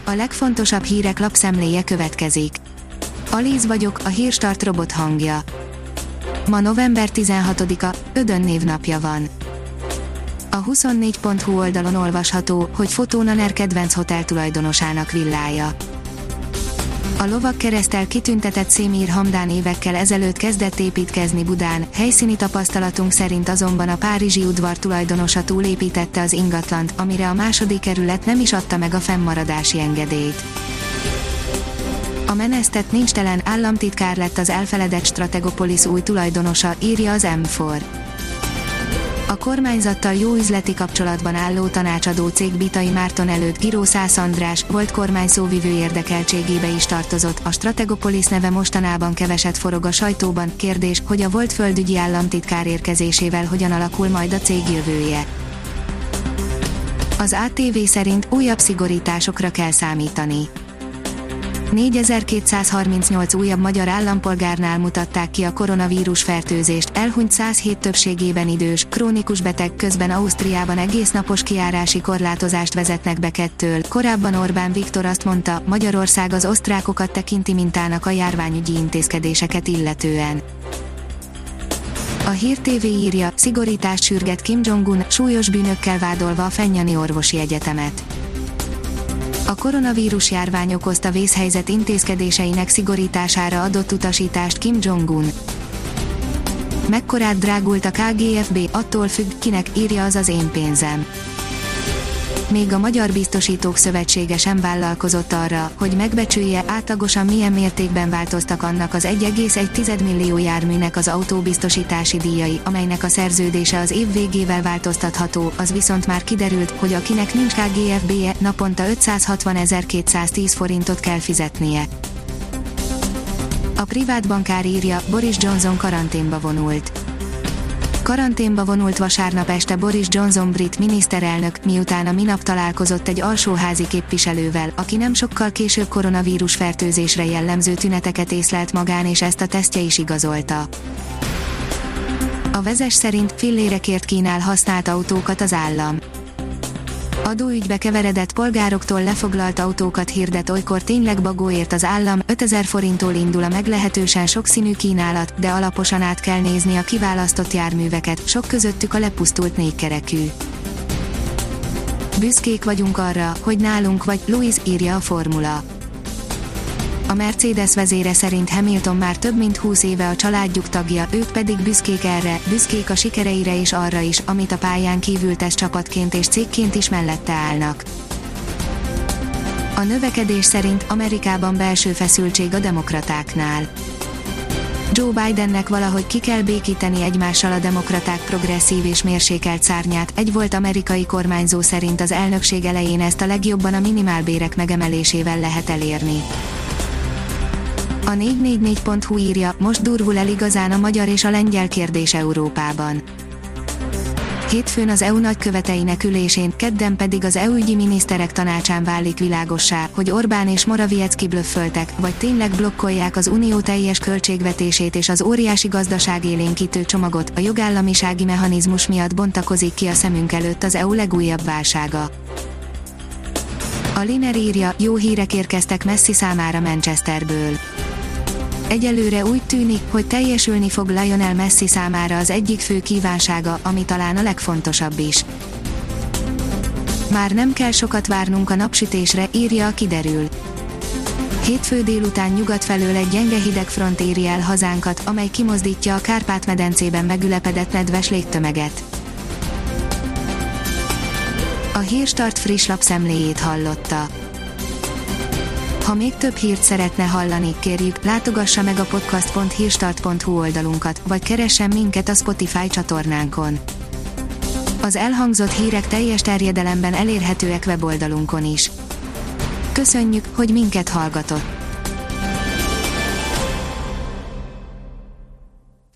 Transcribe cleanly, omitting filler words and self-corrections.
A legfontosabb hírek lapszemléje következik. Alíz vagyok, a Hírstart robot hangja. Ma november 16-a, Ödön névnapja van. A 24.hu oldalon olvasható, hogy Fotónaner kedvenc hotel tulajdonosának villája. A Lovagkereszttel kitüntetett Szemír Hamdán évekkel ezelőtt kezdett építkezni Budán, helyszíni tapasztalatunk szerint azonban a párizsi udvar tulajdonosa túlépítette az ingatlant, amire a második kerület nem is adta meg a fennmaradási engedélyt. A menesztett nincs telen, államtitkár lett az elfeledett Strategopolis új tulajdonosa, írja az M4. A kormányzattal jó üzleti kapcsolatban álló tanácsadó cég Bitai Márton előtt Giró Szász András, volt kormányszóvivő érdekeltségébe is tartozott, a Strategopolis neve mostanában keveset forog a sajtóban, kérdés, hogy a volt földügyi államtitkár érkezésével hogyan alakul majd a cég jövője. Az ATV szerint újabb szigorításokra kell számítani. 4238 újabb magyar állampolgárnál mutatták ki a koronavírus fertőzést, elhunyt 107 többségében idős, krónikus beteg, közben Ausztriában egésznapos kijárási korlátozást vezetnek be 2-től. Korábban Orbán Viktor azt mondta, Magyarország az osztrákokat tekinti mintának a járványügyi intézkedéseket illetően. A Hír TV írja, szigorítást sürget Kim Jong-un, súlyos bűnökkel vádolva a Fennyani Orvosi Egyetemet. A koronavírus járvány okozta vészhelyzet intézkedéseinek szigorítására adott utasítást Kim Jong-un. Mekkorát drágult a KGFB, attól függ, kinek, írja az Én pénzem. Még a Magyar Biztosítók Szövetsége sem vállalkozott arra, hogy megbecsülje, átlagosan milyen mértékben változtak annak az 1,1 millió járműnek az autóbiztosítási díjai, amelynek a szerződése az év végével változtatható, az viszont már kiderült, hogy akinek nincs KGFB-je, naponta 560.210 forintot kell fizetnie. A privát bankár írja, Boris Johnson karanténba vonult. Karanténba vonult vasárnap este Boris Johnson brit miniszterelnök, miután a minap találkozott egy alsóházi képviselővel, aki nem sokkal később koronavírus fertőzésre jellemző tüneteket észlelt magán, és ezt a tesztje is igazolta. A Vezes szerint fillérekért kínál használt autókat az állam. Adóügybe keveredett polgároktól lefoglalt autókat hirdet olykor tényleg bagóért az állam, 5000 forinttól indul a meglehetősen sokszínű kínálat, de alaposan át kell nézni a kiválasztott járműveket, sok közöttük a lepusztult 4-kerekű. Büszkék vagyunk arra, hogy nálunk vagy, Lewis, írja a Formula. A Mercedes vezére szerint Hamilton már több mint 20 éve a családjuk tagja, ők pedig büszkék erre, büszkék a sikereire és arra is, amit a pályán kívül tesz csapatként és cégként is mellette állnak. A növekedés szerint Amerikában belső feszültség a demokratáknál. Joe Bidennek valahogy ki kell békíteni egymással a demokraták progresszív és mérsékelt szárnyát, egy volt amerikai kormányzó szerint az elnökség elején ezt a legjobban a minimálbérek megemelésével lehet elérni. A 444.hu írja, most durvul el igazán a magyar és a lengyel kérdés Európában. Hétfőn az EU nagyköveteinek ülésén, kedden pedig az EU ügyi miniszterek tanácsán válik világossá, hogy Orbán és Morawiecki blöfföltek, vagy tényleg blokkolják az unió teljes költségvetését és az óriási gazdaságélénkítő csomagot, a jogállamisági mechanizmus miatt bontakozik ki a szemünk előtt az EU legújabb válsága. A Liner írja, jó hírek érkeztek Messi számára Manchesterből. Egyelőre úgy tűnik, hogy teljesülni fog Lionel Messi számára az egyik fő kívánsága, ami talán a legfontosabb is. Már nem kell sokat várnunk a napsütésre, írja a Kiderül. Hétfő délután nyugat felől egy gyenge hidegfront éri el hazánkat, amely kimozdítja a Kárpát-medencében megülepedett nedves légtömeget. A Hírstart friss lapszemléjét hallotta. Ha még több hírt szeretne hallani, kérjük, látogassa meg a podcast.hírstart.hu oldalunkat, vagy keressen minket a Spotify csatornánkon. Az elhangzott hírek teljes terjedelemben elérhetőek weboldalunkon is. Köszönjük, hogy minket hallgatott!